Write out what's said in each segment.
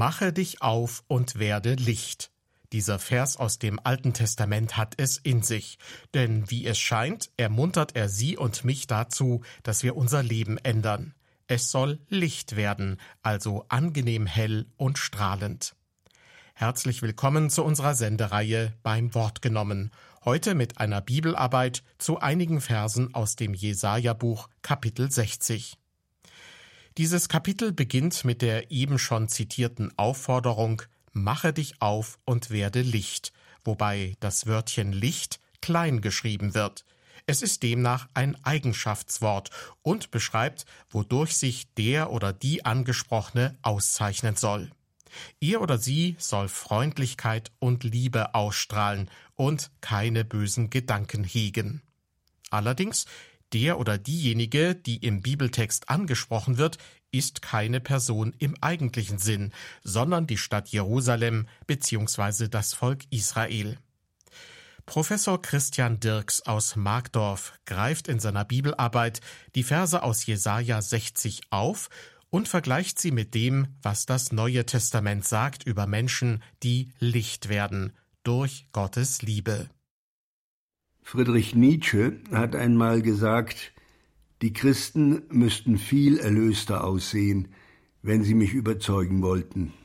Mache dich auf und werde Licht. Dieser Vers aus dem Alten Testament hat es in sich, denn wie es scheint, ermuntert er Sie und mich dazu, dass wir unser Leben ändern. Es soll Licht werden, also angenehm hell und strahlend. Herzlich willkommen zu unserer Sendereihe Beim Wort genommen, heute mit einer Bibelarbeit zu einigen Versen aus dem Jesaja-Buch Kapitel 60. Dieses Kapitel beginnt mit der eben schon zitierten Aufforderung »Mache dich auf und werde Licht«, wobei das Wörtchen Licht klein geschrieben wird. Es ist demnach ein Eigenschaftswort und beschreibt, wodurch sich der oder die Angesprochene auszeichnen soll. Er oder sie soll Freundlichkeit und Liebe ausstrahlen und keine bösen Gedanken hegen. Allerdings, der oder diejenige, die im Bibeltext angesprochen wird, ist keine Person im eigentlichen Sinn, sondern die Stadt Jerusalem bzw. das Volk Israel. Professor Christian Dirks aus Markdorf greift in seiner Bibelarbeit die Verse aus Jesaja 60 auf und vergleicht sie mit dem, was das Neue Testament sagt über Menschen, die Licht werden durch Gottes Liebe. Friedrich Nietzsche hat einmal gesagt, die Christen müssten viel erlöster aussehen, wenn sie mich überzeugen wollten.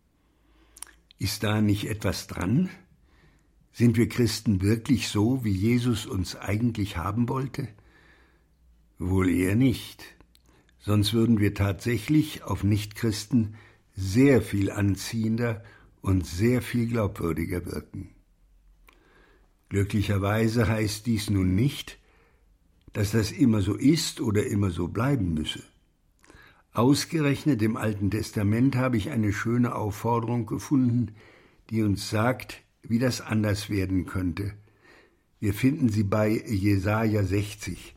Ist da nicht etwas dran? Sind wir Christen wirklich so, wie Jesus uns eigentlich haben wollte? Wohl eher nicht. Sonst würden wir tatsächlich auf Nichtchristen sehr viel anziehender und sehr viel glaubwürdiger wirken. Glücklicherweise heißt dies nun nicht, dass das immer so ist oder immer so bleiben müsse. Ausgerechnet im Alten Testament habe ich eine schöne Aufforderung gefunden, die uns sagt, wie das anders werden könnte. Wir finden sie bei Jesaja 60.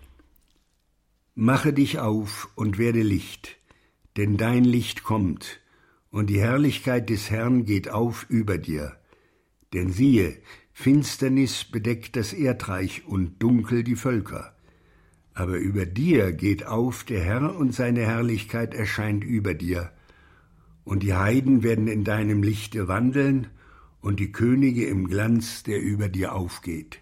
Mache dich auf und werde Licht, denn dein Licht kommt, und die Herrlichkeit des Herrn geht auf über dir. Denn siehe, Finsternis bedeckt das Erdreich und dunkel die Völker. Aber über dir geht auf der Herr und seine Herrlichkeit erscheint über dir. Und die Heiden werden in deinem Lichte wandeln und die Könige im Glanz, der über dir aufgeht.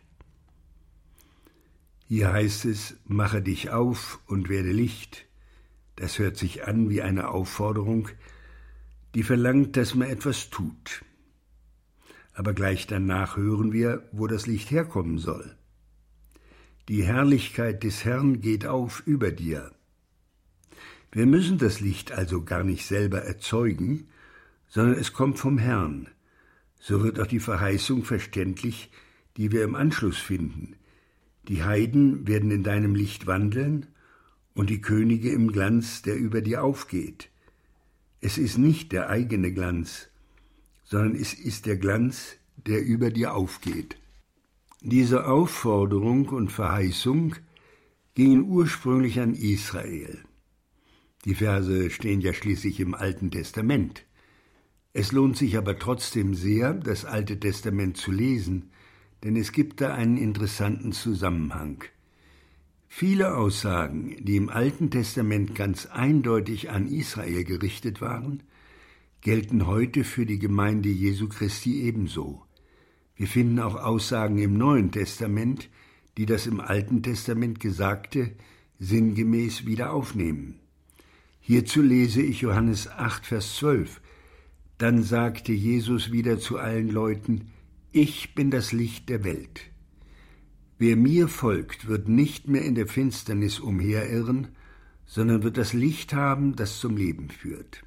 Hier heißt es, mache dich auf und werde Licht. Das hört sich an wie eine Aufforderung, die verlangt, dass man etwas tut. Aber gleich danach hören wir, wo das Licht herkommen soll. Die Herrlichkeit des Herrn geht auf über dir. Wir müssen das Licht also gar nicht selber erzeugen, sondern es kommt vom Herrn. So wird auch die Verheißung verständlich, die wir im Anschluss finden. Die Heiden werden in deinem Licht wandeln und die Könige im Glanz, der über dir aufgeht. Es ist nicht der eigene Glanz, sondern es ist der Glanz, der über dir aufgeht. Diese Aufforderung und Verheißung gingen ursprünglich an Israel. Die Verse stehen ja schließlich im Alten Testament. Es lohnt sich aber trotzdem sehr, das Alte Testament zu lesen, denn es gibt da einen interessanten Zusammenhang. Viele Aussagen, die im Alten Testament ganz eindeutig an Israel gerichtet waren, gelten heute für die Gemeinde Jesu Christi ebenso. Wir finden auch Aussagen im Neuen Testament, die das im Alten Testament Gesagte sinngemäß wieder aufnehmen. Hierzu lese ich Johannes 8, Vers 12. Dann sagte Jesus wieder zu allen Leuten, ich bin das Licht der Welt. Wer mir folgt, wird nicht mehr in der Finsternis umherirren, sondern wird das Licht haben, das zum Leben führt.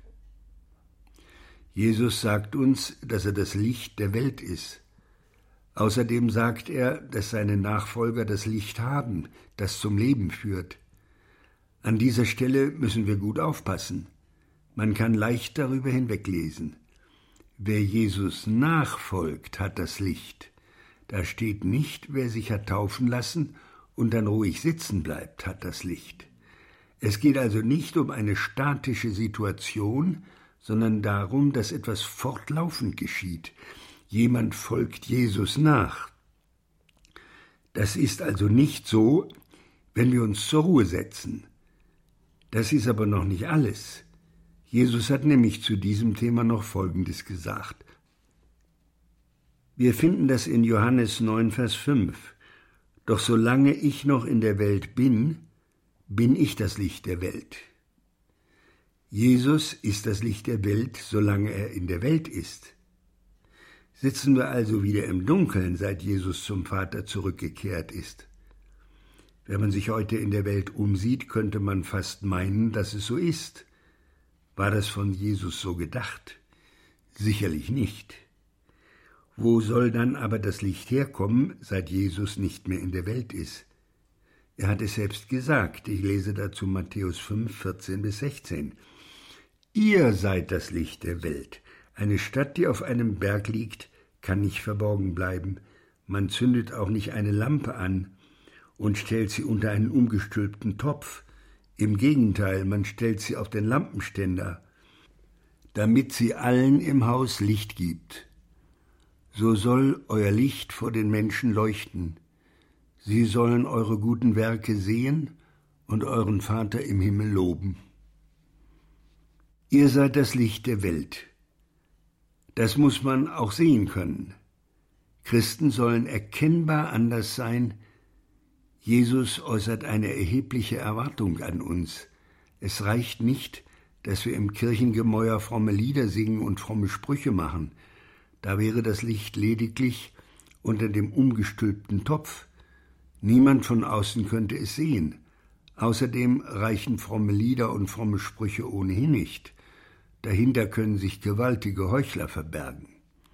Jesus sagt uns, dass er das Licht der Welt ist. Außerdem sagt er, dass seine Nachfolger das Licht haben, das zum Leben führt. An dieser Stelle müssen wir gut aufpassen. Man kann leicht darüber hinweglesen. Wer Jesus nachfolgt, hat das Licht. Da steht nicht, wer sich hat taufen lassen und dann ruhig sitzen bleibt, hat das Licht. Es geht also nicht um eine statische Situation, sondern darum, dass etwas fortlaufend geschieht. Jemand folgt Jesus nach. Das ist also nicht so, wenn wir uns zur Ruhe setzen. Das ist aber noch nicht alles. Jesus hat nämlich zu diesem Thema noch Folgendes gesagt. Wir finden das in Johannes 9, Vers 5. Doch solange ich noch in der Welt bin, bin ich das Licht der Welt. Jesus ist das Licht der Welt, solange er in der Welt ist. Sitzen wir also wieder im Dunkeln, seit Jesus zum Vater zurückgekehrt ist. Wenn man sich heute in der Welt umsieht, könnte man fast meinen, dass es so ist. War das von Jesus so gedacht? Sicherlich nicht. Wo soll dann aber das Licht herkommen, seit Jesus nicht mehr in der Welt ist? Er hat es selbst gesagt, ich lese dazu Matthäus 5, 14 bis 16. Ihr seid das Licht der Welt. Eine Stadt, die auf einem Berg liegt, kann nicht verborgen bleiben. Man zündet auch nicht eine Lampe an und stellt sie unter einen umgestülpten Topf. Im Gegenteil, man stellt sie auf den Lampenständer, damit sie allen im Haus Licht gibt. So soll euer Licht vor den Menschen leuchten. Sie sollen eure guten Werke sehen und euren Vater im Himmel loben. Ihr seid das Licht der Welt. Das muss man auch sehen können. Christen sollen erkennbar anders sein. Jesus äußert eine erhebliche Erwartung an uns. Es reicht nicht, dass wir im Kirchengemäuer fromme Lieder singen und fromme Sprüche machen. Da wäre das Licht lediglich unter dem umgestülpten Topf. Niemand von außen könnte es sehen. Außerdem reichen fromme Lieder und fromme Sprüche ohnehin nicht. Dahinter können sich gewaltige Heuchler verbergen.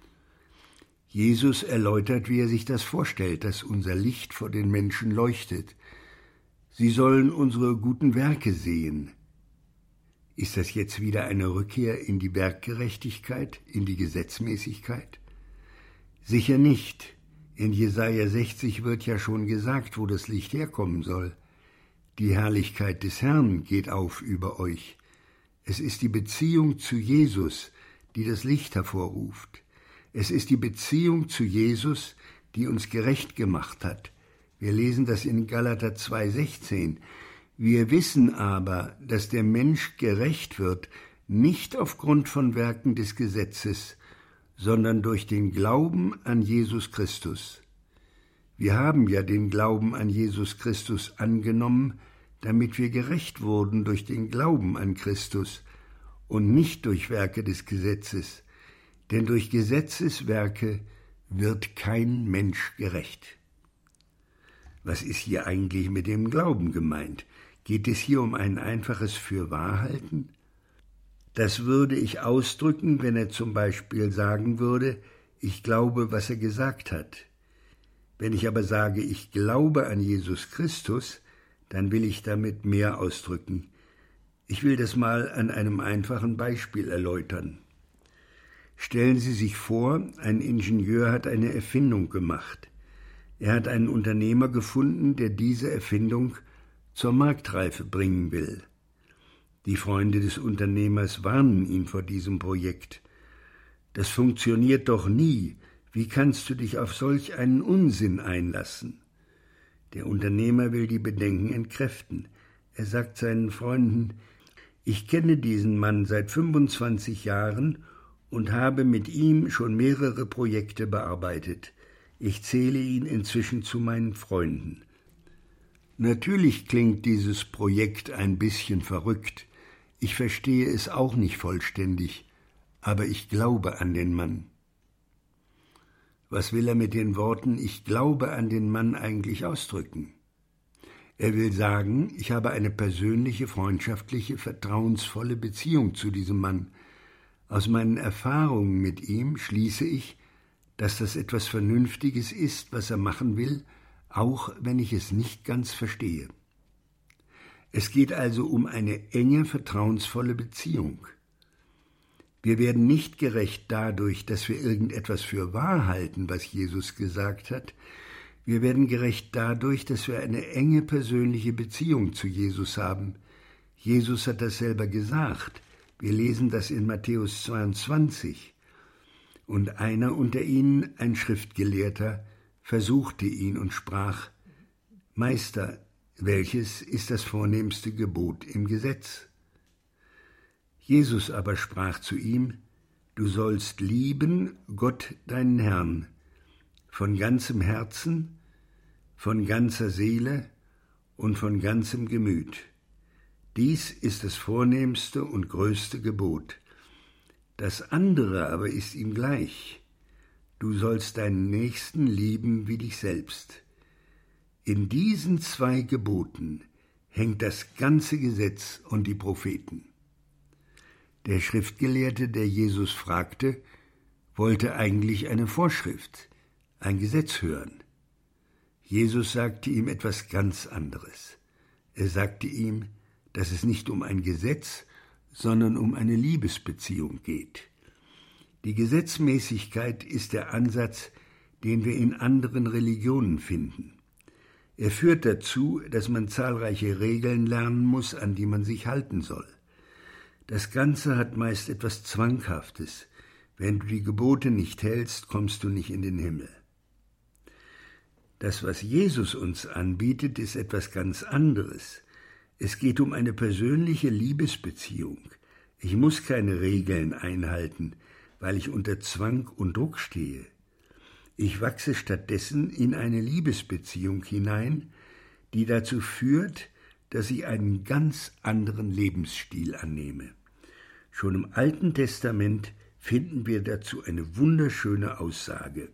Jesus erläutert, wie er sich das vorstellt, dass unser Licht vor den Menschen leuchtet. Sie sollen unsere guten Werke sehen. Ist das jetzt wieder eine Rückkehr in die Werkgerechtigkeit, in die Gesetzmäßigkeit? Sicher nicht. In Jesaja 60 wird ja schon gesagt, wo das Licht herkommen soll. Die Herrlichkeit des Herrn geht auf über euch. Es ist die Beziehung zu Jesus, die das Licht hervorruft. Es ist die Beziehung zu Jesus, die uns gerecht gemacht hat. Wir lesen das in Galater 2,16. Wir wissen aber, dass der Mensch gerecht wird, nicht aufgrund von Werken des Gesetzes, sondern durch den Glauben an Jesus Christus. Wir haben ja den Glauben an Jesus Christus angenommen, damit wir gerecht wurden durch den Glauben an Christus und nicht durch Werke des Gesetzes, denn durch Gesetzeswerke wird kein Mensch gerecht. Was ist hier eigentlich mit dem Glauben gemeint? Geht es hier um ein einfaches Fürwahrhalten? Das würde ich ausdrücken, wenn er zum Beispiel sagen würde, ich glaube, was er gesagt hat. Wenn ich aber sage, ich glaube an Jesus Christus, dann will ich damit mehr ausdrücken. Ich will das mal an einem einfachen Beispiel erläutern. Stellen Sie sich vor, ein Ingenieur hat eine Erfindung gemacht. Er hat einen Unternehmer gefunden, der diese Erfindung zur Marktreife bringen will. Die Freunde des Unternehmers warnen ihn vor diesem Projekt. Das funktioniert doch nie. Wie kannst du dich auf solch einen Unsinn einlassen? Der Unternehmer will die Bedenken entkräften. Er sagt seinen Freunden, ich kenne diesen Mann seit 25 Jahren und habe mit ihm schon mehrere Projekte bearbeitet. Ich zähle ihn inzwischen zu meinen Freunden. Natürlich klingt dieses Projekt ein bisschen verrückt. Ich verstehe es auch nicht vollständig, aber ich glaube an den Mann. Was will er mit den Worten »Ich glaube an den Mann« eigentlich ausdrücken? Er will sagen, ich habe eine persönliche, freundschaftliche, vertrauensvolle Beziehung zu diesem Mann. Aus meinen Erfahrungen mit ihm schließe ich, dass das etwas Vernünftiges ist, was er machen will, auch wenn ich es nicht ganz verstehe. Es geht also um eine enge, vertrauensvolle Beziehung. Wir werden nicht gerecht dadurch, dass wir irgendetwas für wahr halten, was Jesus gesagt hat. Wir werden gerecht dadurch, dass wir eine enge persönliche Beziehung zu Jesus haben. Jesus hat das selber gesagt. Wir lesen das in Matthäus 22. Und einer unter ihnen, ein Schriftgelehrter, versuchte ihn und sprach, Meister, welches ist das vornehmste Gebot im Gesetz? Jesus aber sprach zu ihm: Du sollst lieben Gott deinen Herrn von ganzem Herzen, von ganzer Seele und von ganzem Gemüt. Dies ist das vornehmste und größte Gebot. Das andere aber ist ihm gleich: Du sollst deinen Nächsten lieben wie dich selbst. In diesen 2 Geboten hängt das ganze Gesetz und die Propheten. Der Schriftgelehrte, der Jesus fragte, wollte eigentlich eine Vorschrift, ein Gesetz hören. Jesus sagte ihm etwas ganz anderes. Er sagte ihm, dass es nicht um ein Gesetz, sondern um eine Liebesbeziehung geht. Die Gesetzmäßigkeit ist der Ansatz, den wir in anderen Religionen finden. Er führt dazu, dass man zahlreiche Regeln lernen muss, an die man sich halten soll. Das Ganze hat meist etwas Zwanghaftes. Wenn du die Gebote nicht hältst, kommst du nicht in den Himmel. Das, was Jesus uns anbietet, ist etwas ganz anderes. Es geht um eine persönliche Liebesbeziehung. Ich muss keine Regeln einhalten, weil ich unter Zwang und Druck stehe. Ich wachse stattdessen in eine Liebesbeziehung hinein, die dazu führt, dass ich einen ganz anderen Lebensstil annehme. Schon im Alten Testament finden wir dazu eine wunderschöne Aussage.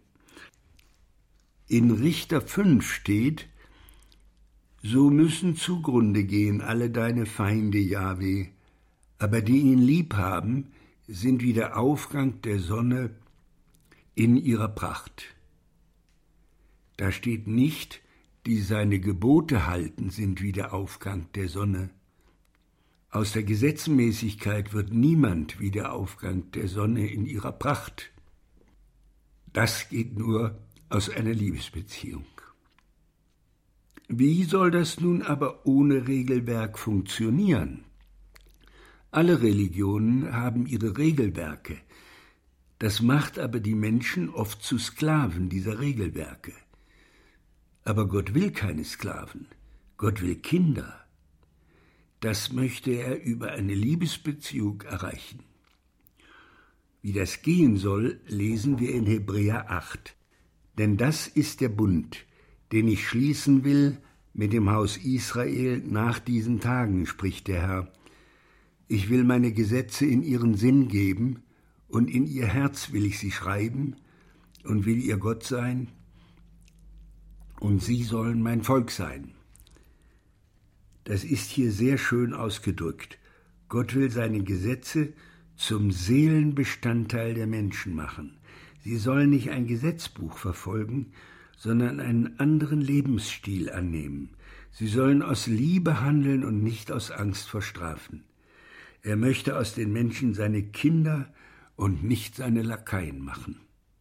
In Richter 5 steht: So müssen zugrunde gehen alle deine Feinde, Jahwe, aber die ihn lieb haben, sind wie der Aufgang der Sonne in ihrer Pracht. Da steht nicht, die seine Gebote halten, sind wie der Aufgang der Sonne. Aus der Gesetzmäßigkeit wird niemand wie der Aufgang der Sonne in ihrer Pracht. Das geht nur aus einer Liebesbeziehung. Wie soll das nun aber ohne Regelwerk funktionieren? Alle Religionen haben ihre Regelwerke. Das macht aber die Menschen oft zu Sklaven dieser Regelwerke. Aber Gott will keine Sklaven. Gott will Kinder. Das möchte er über eine Liebesbeziehung erreichen. Wie das gehen soll, lesen wir in Hebräer 8. Denn das ist der Bund, den ich schließen will mit dem Haus Israel nach diesen Tagen, spricht der Herr. Ich will meine Gesetze in ihren Sinn geben, und in ihr Herz will ich sie schreiben und will ihr Gott sein, und sie sollen mein Volk sein. Das ist hier sehr schön ausgedrückt. Gott will seine Gesetze zum Seelenbestandteil der Menschen machen. Sie sollen nicht ein Gesetzbuch verfolgen, sondern einen anderen Lebensstil annehmen. Sie sollen aus Liebe handeln und nicht aus Angst vor Strafen. Er möchte aus den Menschen seine Kinder und nicht seine Lakaien machen.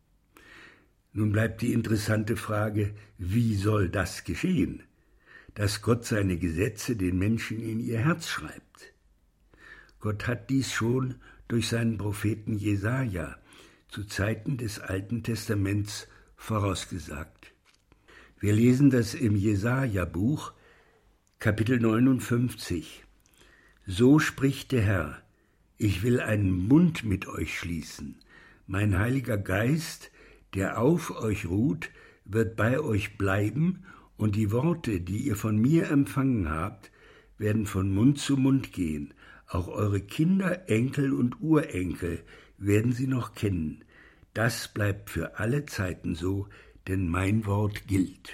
Nun bleibt die interessante Frage, wie soll das geschehen? Dass Gott seine Gesetze den Menschen in ihr Herz schreibt. Gott hat dies schon durch seinen Propheten Jesaja zu Zeiten des Alten Testaments vorausgesagt. Wir lesen das im Jesaja-Buch, Kapitel 59. So spricht der Herr: Ich will einen Bund mit euch schließen. Mein Heiliger Geist, der auf euch ruht, wird bei euch bleiben, und die Worte, die ihr von mir empfangen habt, werden von Mund zu Mund gehen. Auch eure Kinder, Enkel und Urenkel werden sie noch kennen. Das bleibt für alle Zeiten so, denn mein Wort gilt.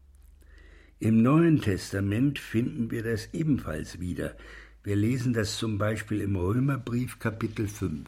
Im Neuen Testament finden wir das ebenfalls wieder. Wir lesen das zum Beispiel im Römerbrief Kapitel 5.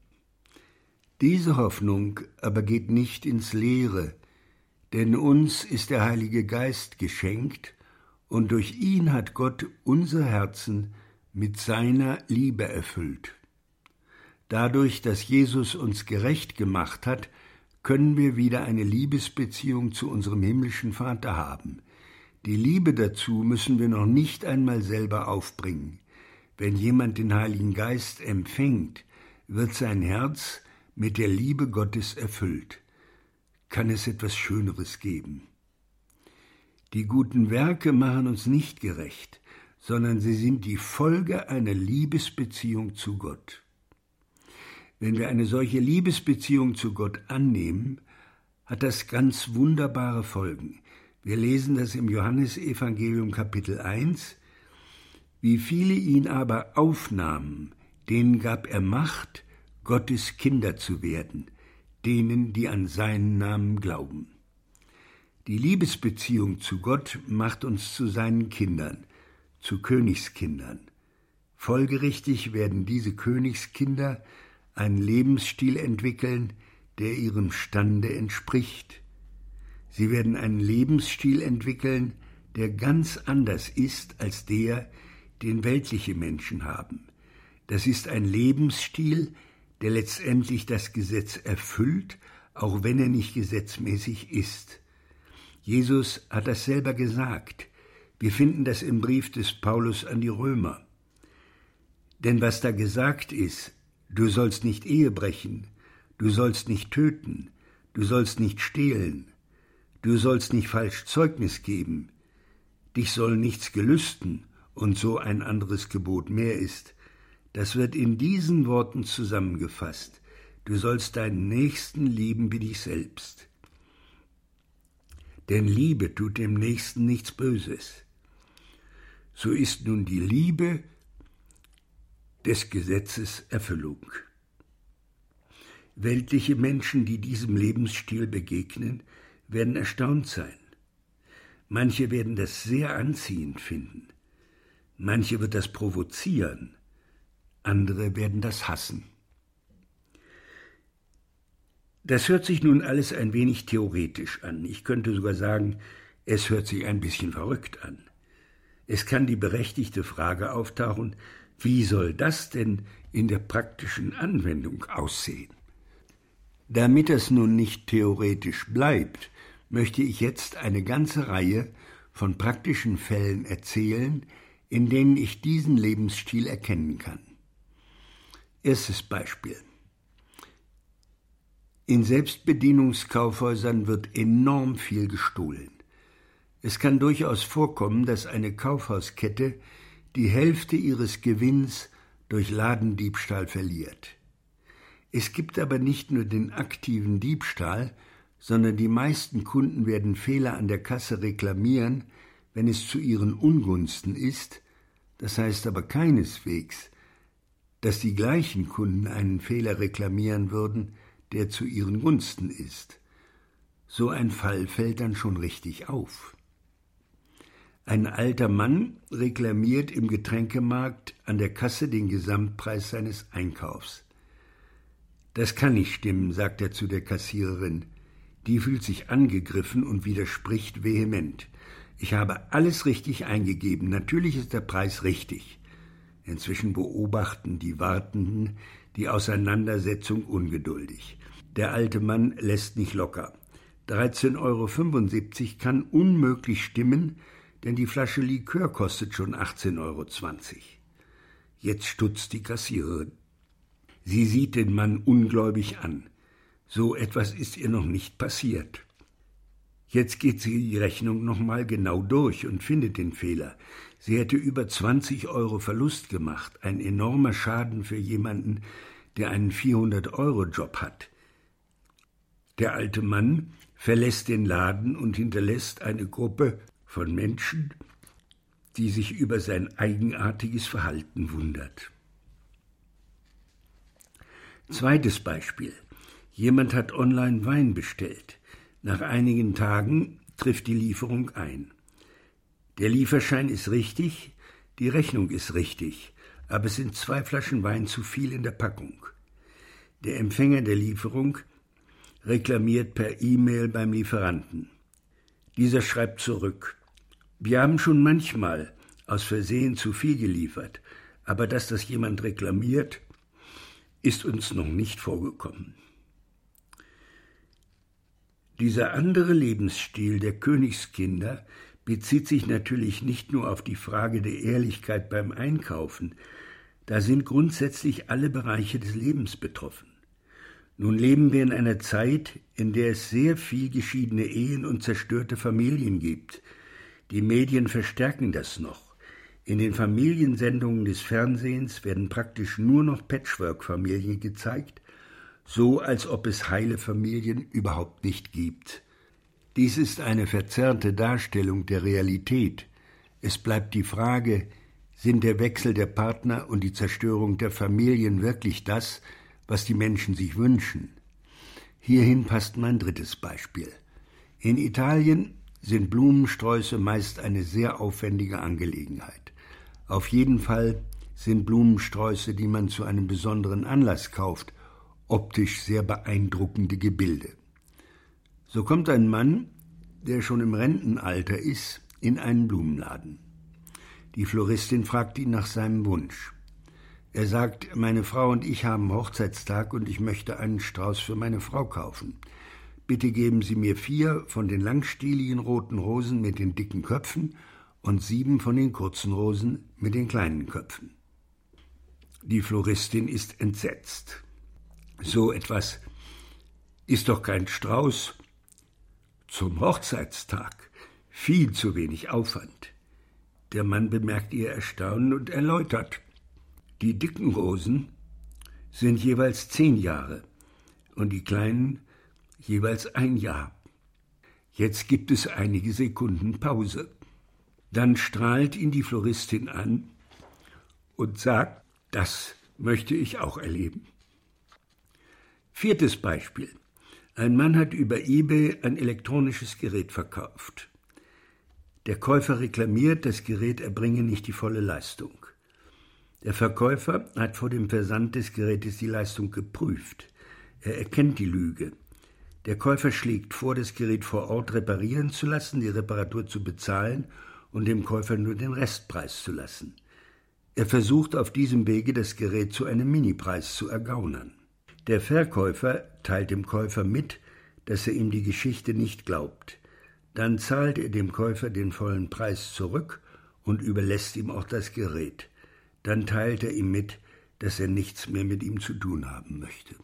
Diese Hoffnung aber geht nicht ins Leere, denn uns ist der Heilige Geist geschenkt, und durch ihn hat Gott unser Herzen mit seiner Liebe erfüllt. Dadurch, dass Jesus uns gerecht gemacht hat, können wir wieder eine Liebesbeziehung zu unserem himmlischen Vater haben. Die Liebe dazu müssen wir noch nicht einmal selber aufbringen. Wenn jemand den Heiligen Geist empfängt, wird sein Herz mit der Liebe Gottes erfüllt. Kann es etwas Schöneres geben? Die guten Werke machen uns nicht gerecht, sondern sie sind die Folge einer Liebesbeziehung zu Gott. Wenn wir eine solche Liebesbeziehung zu Gott annehmen, hat das ganz wunderbare Folgen. Wir lesen das im Johannesevangelium Kapitel 1. Wie viele ihn aber aufnahmen, denen gab er Macht, Gottes Kinder zu werden, denen, die an seinen Namen glauben. Die Liebesbeziehung zu Gott macht uns zu seinen Kindern, zu Königskindern. Folgerichtig werden diese Königskinder einen Lebensstil entwickeln, der ihrem Stande entspricht. Sie werden einen Lebensstil entwickeln, der ganz anders ist als der, den weltliche Menschen haben. Das ist ein Lebensstil, der letztendlich das Gesetz erfüllt, auch wenn er nicht gesetzmäßig ist. Jesus hat das selber gesagt. Wir finden das im Brief des Paulus an die Römer. Denn was da gesagt ist, du sollst nicht Ehe brechen, du sollst nicht töten, du sollst nicht stehlen, du sollst nicht falsch Zeugnis geben, dich soll nichts gelüsten und so ein anderes Gebot mehr ist, das wird in diesen Worten zusammengefasst: Du sollst deinen Nächsten lieben wie dich selbst. Denn Liebe tut dem Nächsten nichts Böses. So ist nun die Liebe des Gesetzes Erfüllung. Weltliche Menschen, die diesem Lebensstil begegnen, werden erstaunt sein. Manche werden das sehr anziehend finden. Manche wird das provozieren. Andere werden das hassen. Das hört sich nun alles ein wenig theoretisch an. Ich könnte sogar sagen, es hört sich ein bisschen verrückt an. Es kann die berechtigte Frage auftauchen, wie soll das denn in der praktischen Anwendung aussehen? Damit es nun nicht theoretisch bleibt, möchte ich jetzt eine ganze Reihe von praktischen Fällen erzählen, in denen ich diesen Lebensstil erkennen kann. Erstes Beispiel. In Selbstbedienungskaufhäusern wird enorm viel gestohlen. Es kann durchaus vorkommen, dass eine Kaufhauskette die Hälfte ihres Gewinns durch Ladendiebstahl verliert. Es gibt aber nicht nur den aktiven Diebstahl, sondern die meisten Kunden werden Fehler an der Kasse reklamieren, wenn es zu ihren Ungunsten ist. Das heißt aber keineswegs, dass die gleichen Kunden einen Fehler reklamieren würden, der zu ihren Gunsten ist. So ein Fall fällt dann schon richtig auf. Ein alter Mann reklamiert im Getränkemarkt an der Kasse den Gesamtpreis seines Einkaufs. Das kann nicht stimmen, sagt er zu der Kassiererin. Die fühlt sich angegriffen und widerspricht vehement. Ich habe alles richtig eingegeben, natürlich ist der Preis richtig. Inzwischen beobachten die Wartenden die Auseinandersetzung ungeduldig. Der alte Mann lässt nicht locker. 13,75 € kann unmöglich stimmen, denn die Flasche Likör kostet schon 18,20 €. Jetzt stutzt die Kassiererin. Sie sieht den Mann ungläubig an. So etwas ist ihr noch nicht passiert. Jetzt geht sie die Rechnung nochmal genau durch und findet den Fehler. Sie hätte über 20 € Verlust gemacht, ein enormer Schaden für jemanden, der einen 400-€ hat. Der alte Mann verlässt den Laden und hinterlässt eine Gruppe von Menschen, die sich über sein eigenartiges Verhalten wundert. Zweites Beispiel. Jemand hat online Wein bestellt. Nach einigen Tagen trifft die Lieferung ein. Der Lieferschein ist richtig, die Rechnung ist richtig, aber es sind 2 Flaschen Wein zu viel in der Packung. Der Empfänger der Lieferung reklamiert per E-Mail beim Lieferanten. Dieser schreibt zurück: Wir haben schon manchmal aus Versehen zu viel geliefert, aber dass das jemand reklamiert, ist uns noch nicht vorgekommen. Dieser andere Lebensstil der Königskinder bezieht sich natürlich nicht nur auf die Frage der Ehrlichkeit beim Einkaufen, da sind grundsätzlich alle Bereiche des Lebens betroffen. Nun leben wir in einer Zeit, in der es sehr viel geschiedene Ehen und zerstörte Familien gibt. Die Medien verstärken das noch. In den Familiensendungen des Fernsehens werden praktisch nur noch Patchwork-Familien gezeigt, so als ob es heile Familien überhaupt nicht gibt. Dies ist eine verzerrte Darstellung der Realität. Es bleibt die Frage, sind der Wechsel der Partner und die Zerstörung der Familien wirklich das, was die Menschen sich wünschen? Hierhin passt mein drittes Beispiel. In Italien sind Blumensträuße meist eine sehr aufwendige Angelegenheit. Auf jeden Fall sind Blumensträuße, die man zu einem besonderen Anlass kauft, optisch sehr beeindruckende Gebilde. So kommt ein Mann, der schon im Rentenalter ist, in einen Blumenladen. Die Floristin fragt ihn nach seinem Wunsch. Er sagt, meine Frau und ich haben Hochzeitstag und ich möchte einen Strauß für meine Frau kaufen. Bitte geben Sie mir 4 von den langstieligen roten Rosen mit den dicken Köpfen und 7 von den kurzen Rosen mit den kleinen Köpfen. Die Floristin ist entsetzt. So etwas ist doch kein Strauß zum Hochzeitstag. Viel zu wenig Aufwand. Der Mann bemerkt ihr Erstaunen und erläutert. Die dicken Rosen sind jeweils 10 Jahre und die kleinen jeweils 1 Jahr. Jetzt gibt es einige Sekunden Pause. Dann strahlt ihn die Floristin an und sagt, das möchte ich auch erleben. 4. Beispiel. Ein Mann hat über eBay ein elektronisches Gerät verkauft. Der Käufer reklamiert, das Gerät erbringe nicht die volle Leistung. Der Verkäufer hat vor dem Versand des Gerätes die Leistung geprüft. Er erkennt die Lüge. Der Käufer schlägt vor, das Gerät vor Ort reparieren zu lassen, die Reparatur zu bezahlen und dem Käufer nur den Restpreis zu lassen. Er versucht auf diesem Wege, das Gerät zu einem Minipreis zu ergaunern. Der Verkäufer teilt dem Käufer mit, dass er ihm die Geschichte nicht glaubt. Dann zahlt er dem Käufer den vollen Preis zurück und überlässt ihm auch das Gerät. Dann teilt er ihm mit, dass er nichts mehr mit ihm zu tun haben möchte.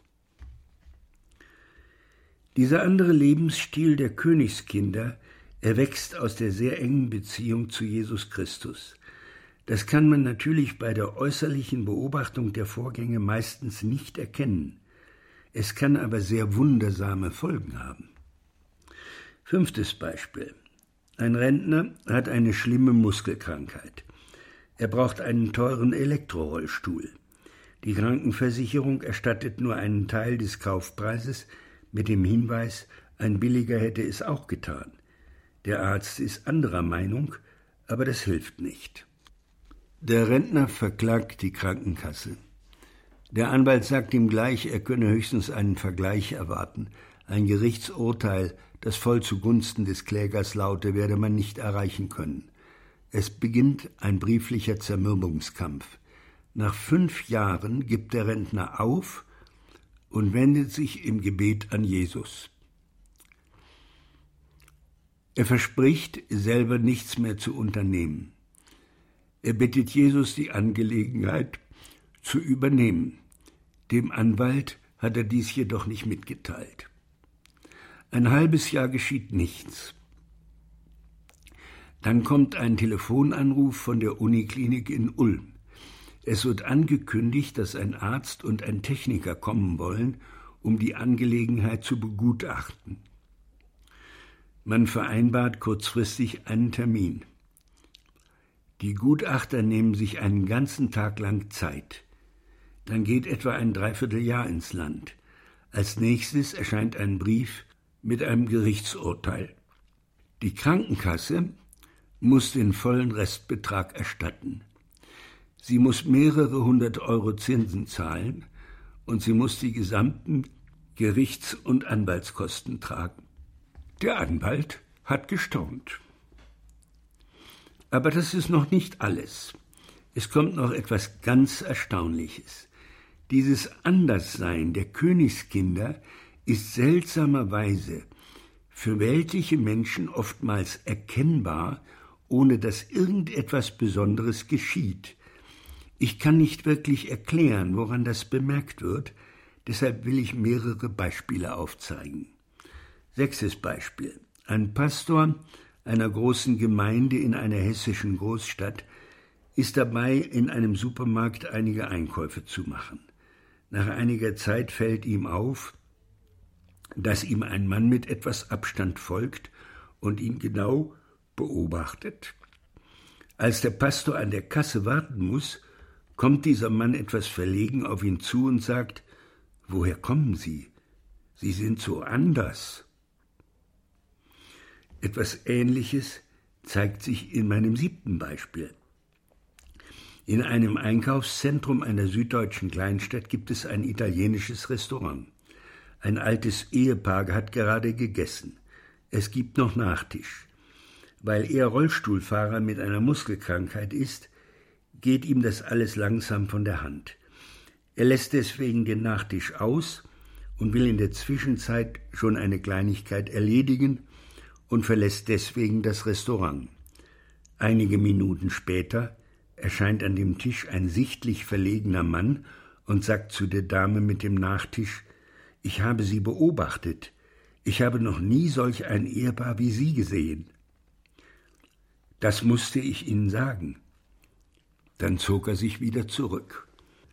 Dieser andere Lebensstil der Königskinder erwächst aus der sehr engen Beziehung zu Jesus Christus. Das kann man natürlich bei der äußerlichen Beobachtung der Vorgänge meistens nicht erkennen. Es kann aber sehr wundersame Folgen haben. 5. Beispiel. Ein Rentner hat eine schlimme Muskelkrankheit. Er braucht einen teuren Elektrorollstuhl. Die Krankenversicherung erstattet nur einen Teil des Kaufpreises mit dem Hinweis, ein billiger hätte es auch getan. Der Arzt ist anderer Meinung, aber das hilft nicht. Der Rentner verklagt die Krankenkasse. Der Anwalt sagt ihm gleich, er könne höchstens einen Vergleich erwarten. Ein Gerichtsurteil, das voll zugunsten des Klägers laute, werde man nicht erreichen können. Es beginnt ein brieflicher Zermürbungskampf. Nach 5 Jahren gibt der Rentner auf und wendet sich im Gebet an Jesus. Er verspricht, selber nichts mehr zu unternehmen. Er bittet Jesus, die Angelegenheit zu übernehmen. Dem Anwalt hat er dies jedoch nicht mitgeteilt. Ein halbes Jahr geschieht nichts. Dann kommt ein Telefonanruf von der Uniklinik in Ulm. Es wird angekündigt, dass ein Arzt und ein Techniker kommen wollen, um die Angelegenheit zu begutachten. Man vereinbart kurzfristig einen Termin. Die Gutachter nehmen sich einen ganzen Tag lang Zeit. Dann geht etwa ein Dreivierteljahr ins Land. Als nächstes erscheint ein Brief mit einem Gerichtsurteil. Die Krankenkasse muss den vollen Restbetrag erstatten. Sie muss mehrere 100 Euro Zinsen zahlen und sie muss die gesamten Gerichts- und Anwaltskosten tragen. Der Anwalt hat gestaunt. Aber das ist noch nicht alles. Es kommt noch etwas ganz Erstaunliches. Dieses Anderssein der Königskinder ist seltsamerweise für weltliche Menschen oftmals erkennbar, ohne dass irgendetwas Besonderes geschieht. Ich kann nicht wirklich erklären, woran das bemerkt wird, deshalb will ich mehrere Beispiele aufzeigen. 6. Beispiel. Ein Pastor einer großen Gemeinde in einer hessischen Großstadt ist dabei, in einem Supermarkt einige Einkäufe zu machen. Nach einiger Zeit fällt ihm auf, dass ihm ein Mann mit etwas Abstand folgt und ihn genau beobachtet. Als der Pastor an der Kasse warten muss, kommt dieser Mann etwas verlegen auf ihn zu und sagt: »Woher kommen Sie? Sie sind so anders.« Etwas Ähnliches zeigt sich in meinem 7. Beispiel. In einem Einkaufszentrum einer süddeutschen Kleinstadt gibt es ein italienisches Restaurant. Ein altes Ehepaar hat gerade gegessen. Es gibt noch Nachtisch. Weil er Rollstuhlfahrer mit einer Muskelkrankheit ist, geht ihm das alles langsam von der Hand. Er lässt deswegen den Nachtisch aus und will in der Zwischenzeit schon eine Kleinigkeit erledigen und verlässt deswegen das Restaurant. Einige Minuten später erscheint an dem Tisch ein sichtlich verlegener Mann und sagt zu der Dame mit dem Nachtisch: »Ich habe Sie beobachtet. Ich habe noch nie solch ein Ehepaar wie Sie gesehen.« »Das musste ich Ihnen sagen.« Dann zog er sich wieder zurück.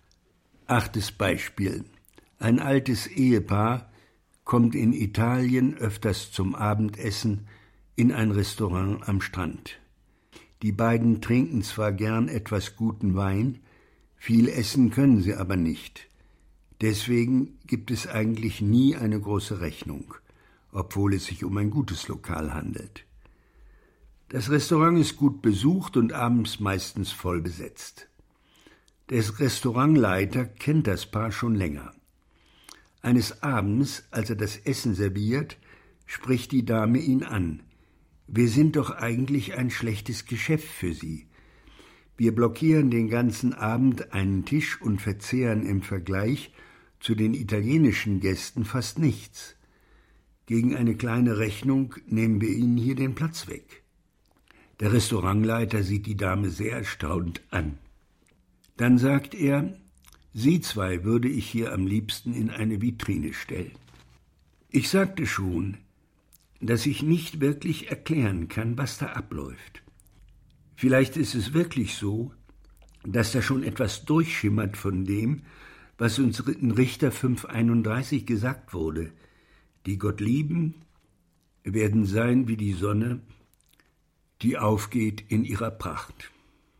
8. Beispiel. Ein altes Ehepaar kommt in Italien öfters zum Abendessen in ein Restaurant am Strand. Die beiden trinken zwar gern etwas guten Wein, viel essen können sie aber nicht. Deswegen gibt es eigentlich nie eine große Rechnung, obwohl es sich um ein gutes Lokal handelt. Das Restaurant ist gut besucht und abends meistens voll besetzt. Der Restaurantleiter kennt das Paar schon länger. Eines Abends, als er das Essen serviert, spricht die Dame ihn an: »Wir sind doch eigentlich ein schlechtes Geschäft für Sie. Wir blockieren den ganzen Abend einen Tisch und verzehren im Vergleich zu den italienischen Gästen fast nichts. Gegen eine kleine Rechnung nehmen wir Ihnen hier den Platz weg.« Der Restaurantleiter sieht die Dame sehr erstaunt an. Dann sagt er: »Sie zwei würde ich hier am liebsten in eine Vitrine stellen.« Ich sagte schon, dass ich nicht wirklich erklären kann, was da abläuft. Vielleicht ist es wirklich so, dass da schon etwas durchschimmert von dem, was uns in Richter 5,31 gesagt wurde: Die Gott lieben, werden sein wie die Sonne, die aufgeht in ihrer Pracht.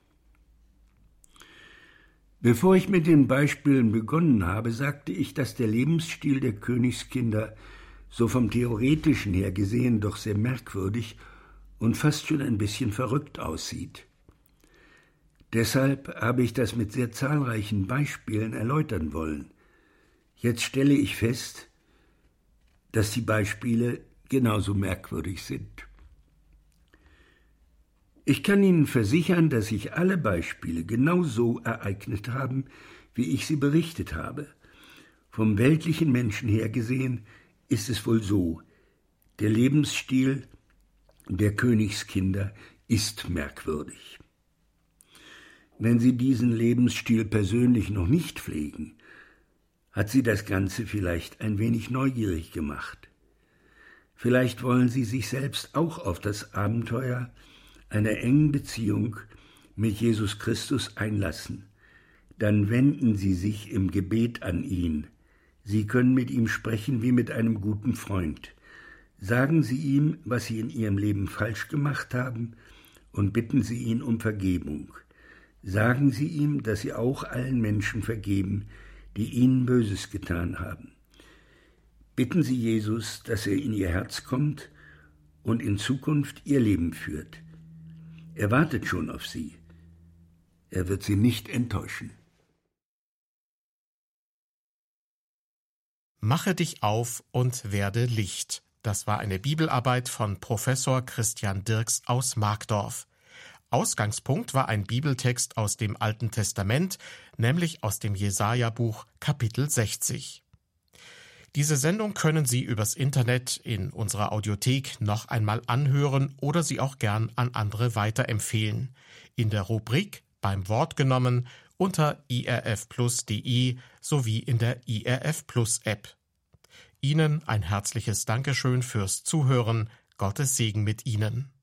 Bevor ich mit den Beispielen begonnen habe, sagte ich, dass der Lebensstil der Königskinder so vom Theoretischen her gesehen doch sehr merkwürdig und fast schon ein bisschen verrückt aussieht. Deshalb habe ich das mit sehr zahlreichen Beispielen erläutern wollen. Jetzt stelle ich fest, dass die Beispiele genauso merkwürdig sind. Ich kann Ihnen versichern, dass sich alle Beispiele genau so ereignet haben, wie ich sie berichtet habe. Vom weltlichen Menschen her gesehen ist es wohl so: Der Lebensstil der Königskinder ist merkwürdig. Wenn Sie diesen Lebensstil persönlich noch nicht pflegen, hat Sie das Ganze vielleicht ein wenig neugierig gemacht. Vielleicht wollen Sie sich selbst auch auf das Abenteuer einer engen Beziehung mit Jesus Christus einlassen. Dann wenden Sie sich im Gebet an ihn. Sie können mit ihm sprechen wie mit einem guten Freund. Sagen Sie ihm, was Sie in Ihrem Leben falsch gemacht haben, und bitten Sie ihn um Vergebung. Sagen Sie ihm, dass Sie auch allen Menschen vergeben, die Ihnen Böses getan haben. Bitten Sie Jesus, dass er in Ihr Herz kommt und in Zukunft Ihr Leben führt. Er wartet schon auf Sie. Er wird Sie nicht enttäuschen. Mache dich auf und werde Licht. Das war eine Bibelarbeit von Professor Christian Dirks aus Markdorf. Ausgangspunkt war ein Bibeltext aus dem Alten Testament, nämlich aus dem Jesaja-Buch Kapitel 60. Diese Sendung können Sie übers Internet in unserer Audiothek noch einmal anhören oder sie auch gern an andere weiterempfehlen. In der Rubrik Beim Wort genommen unter irfplus.de sowie in der IRF Plus App. Ihnen ein herzliches Dankeschön fürs Zuhören. Gottes Segen mit Ihnen.